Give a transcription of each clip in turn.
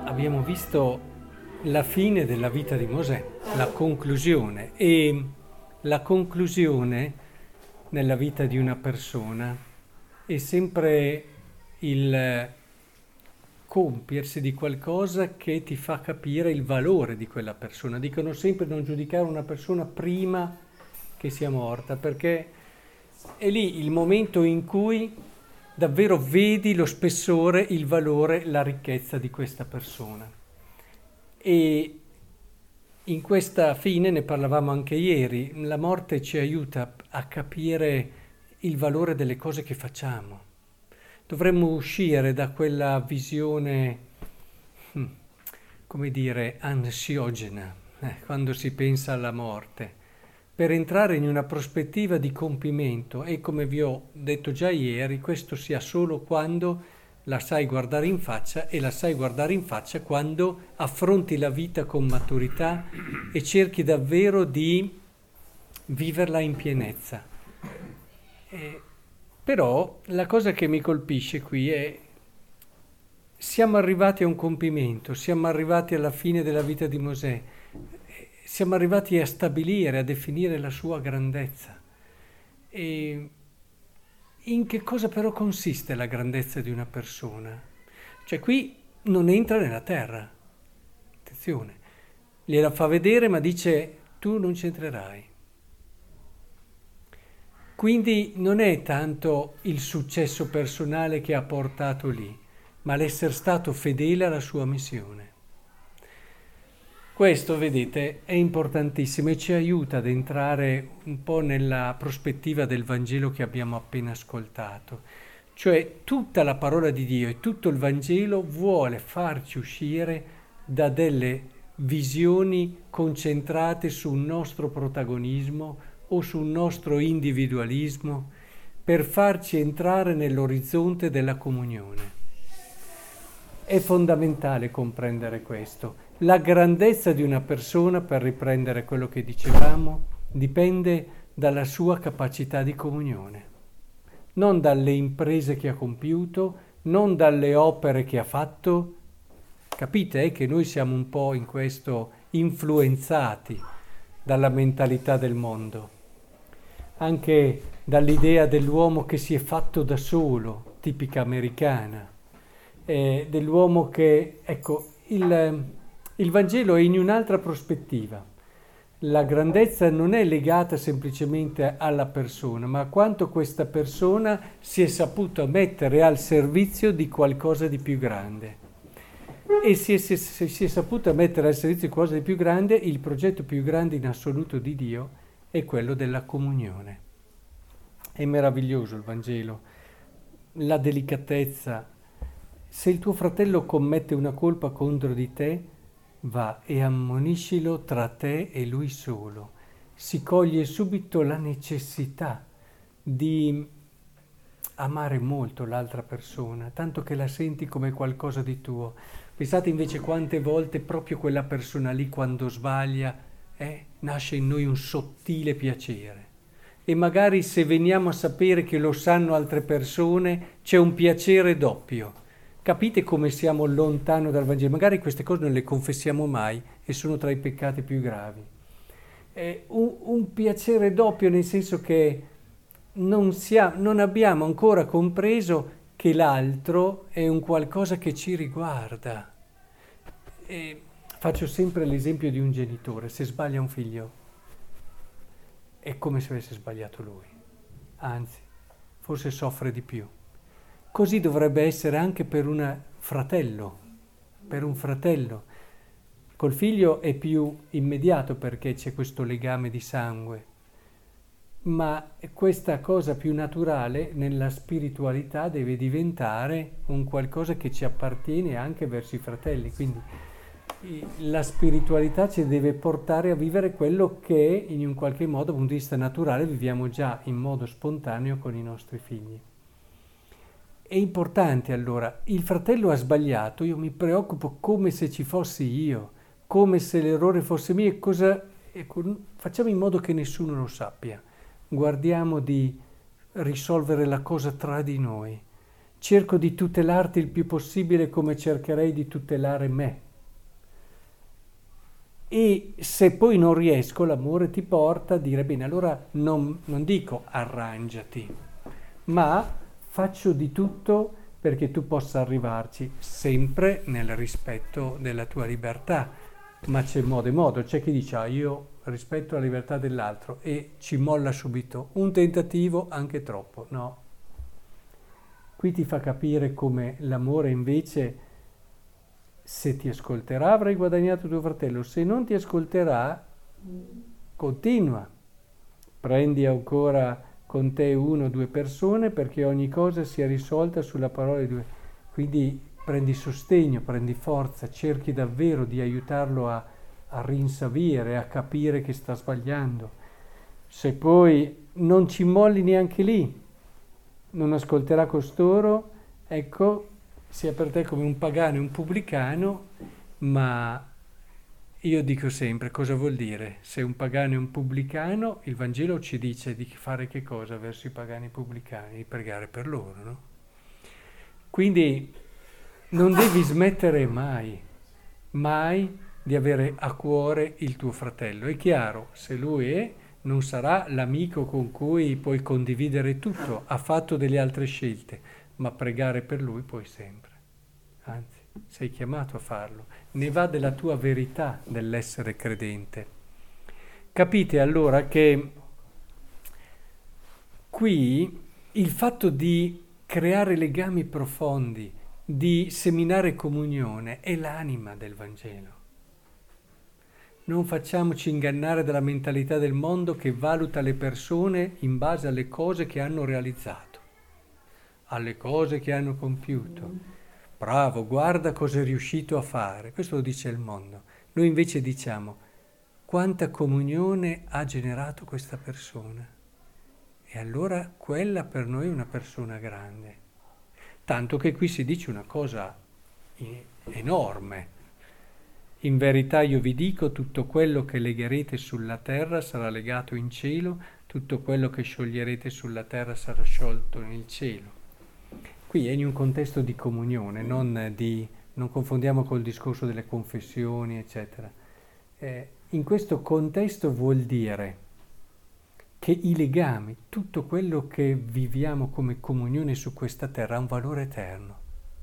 Abbiamo visto la fine della vita di Mosè, la conclusione. E la conclusione nella vita di una persona è sempre il compiersi di qualcosa che ti fa capire il valore di quella persona. Dicono sempre non giudicare una persona prima che sia morta, perché è lì il momento in cui davvero vedi lo spessore, il valore, la ricchezza di questa persona. E in questa fine, ne parlavamo anche ieri, la morte ci aiuta a capire il valore delle cose che facciamo. Dovremmo uscire da quella visione, come dire, ansiogena, quando si pensa alla morte, per entrare in una prospettiva di compimento e, come vi ho detto già ieri, questo sia solo quando la sai guardare in faccia, e la sai guardare in faccia quando affronti la vita con maturità e cerchi davvero di viverla in pienezza. Però la cosa che mi colpisce qui è: siamo arrivati a un compimento, siamo arrivati alla fine della vita di Mosè, siamo arrivati a stabilire, a definire la sua grandezza. E in che cosa però consiste la grandezza di una persona? Cioè qui non entra nella terra, attenzione, gliela fa vedere ma dice tu non c'entrerai. Quindi non è tanto il successo personale che ha portato lì, ma l'essere stato fedele alla sua missione. Questo, vedete, è importantissimo e ci aiuta ad entrare un po' nella prospettiva del Vangelo che abbiamo appena ascoltato. Cioè tutta la parola di Dio e tutto il Vangelo vuole farci uscire da delle visioni concentrate sul nostro protagonismo o sul nostro individualismo, per farci entrare nell'orizzonte della comunione. È fondamentale comprendere questo. La grandezza di una persona, per riprendere quello che dicevamo, dipende dalla sua capacità di comunione, non dalle imprese che ha compiuto, non dalle opere che ha fatto. Capite che noi siamo un po' in questo influenzati dalla mentalità del mondo, anche dall'idea dell'uomo che si è fatto da solo, tipica americana, dell'uomo che, ecco, il Vangelo è in un'altra prospettiva. La grandezza non è legata semplicemente alla persona, ma a quanto questa persona si è saputa mettere al servizio di qualcosa di più grande. E se si è saputa mettere al servizio di qualcosa di più grande, il progetto più grande in assoluto di Dio è quello della comunione. È meraviglioso il Vangelo, la delicatezza. Se il tuo fratello commette una colpa contro di te, va e ammoniscilo tra te e lui solo. Si coglie subito la necessità di amare molto l'altra persona, tanto che la senti come qualcosa di tuo. Pensate invece quante volte proprio quella persona lì, quando sbaglia, nasce in noi un sottile piacere. E magari se veniamo a sapere che lo sanno altre persone, c'è un piacere doppio. Capite come siamo lontano dal Vangelo? Magari queste cose non le confessiamo mai e sono tra i peccati più gravi. Un piacere doppio, nel senso che non abbiamo ancora compreso che l'altro è un qualcosa che ci riguarda. Faccio sempre l'esempio di un genitore: se sbaglia un figlio è come se avesse sbagliato lui, anzi, forse soffre di più. Così dovrebbe essere anche per un fratello. Col figlio è più immediato perché c'è questo legame di sangue, ma questa cosa più naturale nella spiritualità deve diventare un qualcosa che ci appartiene anche verso i fratelli. Quindi la spiritualità ci deve portare a vivere quello che in un qualche modo, dal punto di vista naturale, viviamo già in modo spontaneo con i nostri figli. È importante allora, il fratello ha sbagliato, io mi preoccupo come se ci fossi io, come se l'errore fosse mio, facciamo in modo che nessuno lo sappia. Guardiamo di risolvere la cosa tra di noi, cerco di tutelarti il più possibile come cercherei di tutelare me. E se poi non riesco, l'amore ti porta a dire, bene, allora non dico arrangiati, ma faccio di tutto perché tu possa arrivarci, sempre nel rispetto della tua libertà. Ma c'è modo e modo, c'è chi dice, io rispetto la libertà dell'altro e ci molla subito. Un tentativo anche troppo, no? Qui ti fa capire come l'amore invece, se ti ascolterà avrai guadagnato tuo fratello, se non ti ascolterà, continua. Prendi ancora con te una o due persone perché ogni cosa sia risolta sulla parola di due. Quindi prendi sostegno, prendi forza, cerchi davvero di aiutarlo a rinsavire, a capire che sta sbagliando. Se poi non ci molli neanche lì, non ascolterà costoro, ecco, sia per te come un pagano e un pubblicano, ma io dico sempre cosa vuol dire? Se un pagano e un pubblicano, il Vangelo ci dice di fare che cosa verso i pagani e i pubblicani? Di pregare per loro, no? Quindi non devi smettere mai, mai di avere a cuore il tuo fratello. È chiaro, se lui non sarà l'amico con cui puoi condividere tutto, ha fatto delle altre scelte, ma pregare per lui puoi sempre. Anzi, sei chiamato a farlo. Ne va della tua verità dell'essere credente. Capite allora che qui il fatto di creare legami profondi, di seminare comunione, è l'anima del Vangelo. Non facciamoci ingannare dalla mentalità del mondo che valuta le persone in base alle cose che hanno realizzato, alle cose che hanno compiuto. Bravo, guarda cosa è riuscito a fare. Questo lo dice il mondo. Noi invece diciamo quanta comunione ha generato questa persona. E allora quella per noi è una persona grande. Tanto che qui si dice una cosa enorme. In verità io vi dico, tutto quello che legherete sulla terra sarà legato in cielo, tutto quello che scioglierete sulla terra sarà sciolto nel cielo. Qui è in un contesto di comunione, non confondiamo col discorso delle confessioni, eccetera. In questo contesto vuol dire che i legami, tutto quello che viviamo come comunione su questa terra ha un valore eterno.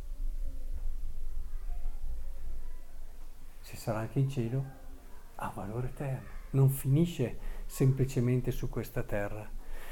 Se sarà anche in cielo, ha valore eterno, non finisce semplicemente su questa terra.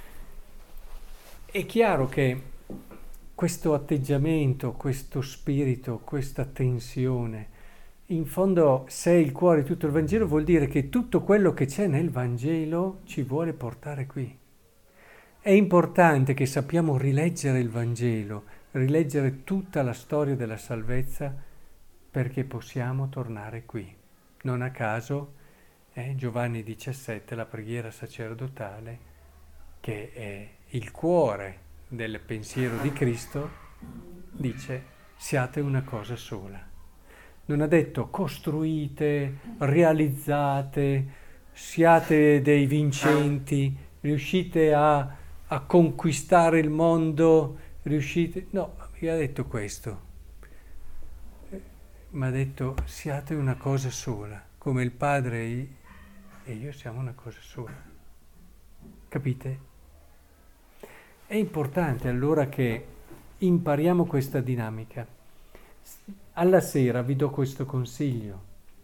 È chiaro che questo atteggiamento, questo spirito, questa tensione, in fondo, se è il cuore di tutto il Vangelo, vuol dire che tutto quello che c'è nel Vangelo ci vuole portare qui. È importante che sappiamo rileggere il Vangelo, rileggere tutta la storia della salvezza, perché possiamo tornare qui. Non a caso Giovanni 17, la preghiera sacerdotale, che è il cuore del pensiero di Cristo, dice siate una cosa sola. Non ha detto costruite, realizzate, siate dei vincenti, riuscite a conquistare il mondo, riuscite... No, mi ha detto questo. Mi ha detto siate una cosa sola, come il Padre e io siamo una cosa sola. Capite? È importante allora che impariamo questa dinamica. Alla sera vi do questo consiglio.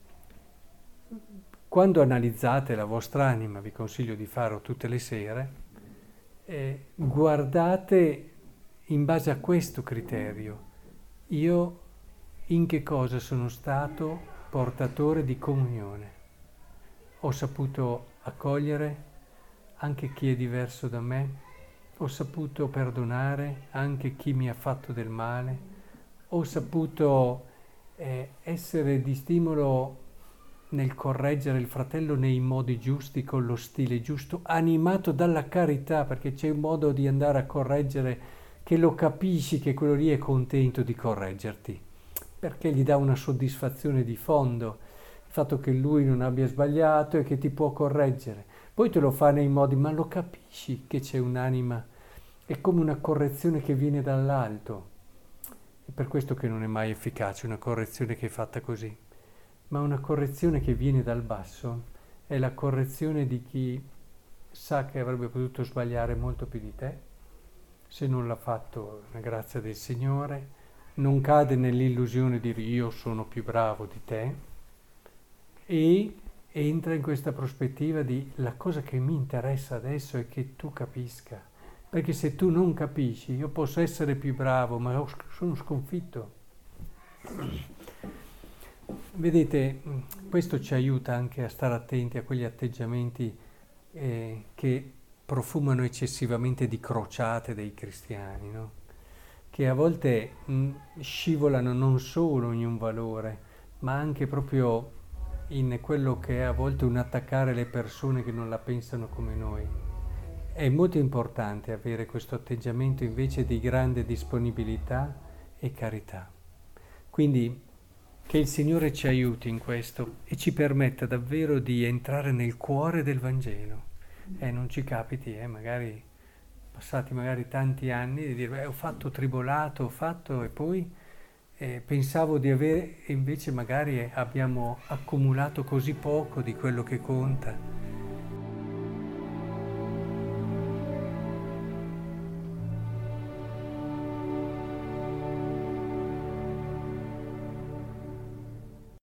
Quando analizzate la vostra anima, vi consiglio di farlo tutte le sere, guardate in base a questo criterio. Io in che cosa sono stato portatore di comunione? Ho saputo accogliere anche chi è diverso da me? Ho saputo perdonare anche chi mi ha fatto del male? Ho saputo essere di stimolo nel correggere il fratello nei modi giusti, con lo stile giusto, animato dalla carità, perché c'è un modo di andare a correggere che lo capisci che quello lì è contento di correggerti, perché gli dà una soddisfazione di fondo, il fatto che lui non abbia sbagliato e che ti può correggere. Poi te lo fa nei modi, ma lo capisci che c'è un'anima, è come una correzione che viene dall'alto. È per questo che non è mai efficace una correzione che è fatta così. Ma una correzione che viene dal basso è la correzione di chi sa che avrebbe potuto sbagliare molto più di te, se non l'ha fatto, la grazia del Signore, non cade nell'illusione di dire io sono più bravo di te e entra in questa prospettiva di la cosa che mi interessa adesso è che tu capisca, perché se tu non capisci io posso essere più bravo ma sono sconfitto. Vedete, questo ci aiuta anche a stare attenti a quegli atteggiamenti che profumano eccessivamente di crociate dei cristiani, no? Che a volte scivolano non solo in un valore, ma anche proprio in quello che è a volte un attaccare le persone che non la pensano come noi. È molto importante avere questo atteggiamento invece di grande disponibilità e carità. Quindi che il Signore ci aiuti in questo e ci permetta davvero di entrare nel cuore del Vangelo. Non ci capiti, magari passati magari tanti anni, di dire, ho fatto tribolato, ho fatto e poi pensavo di avere, e invece magari abbiamo accumulato così poco di quello che conta.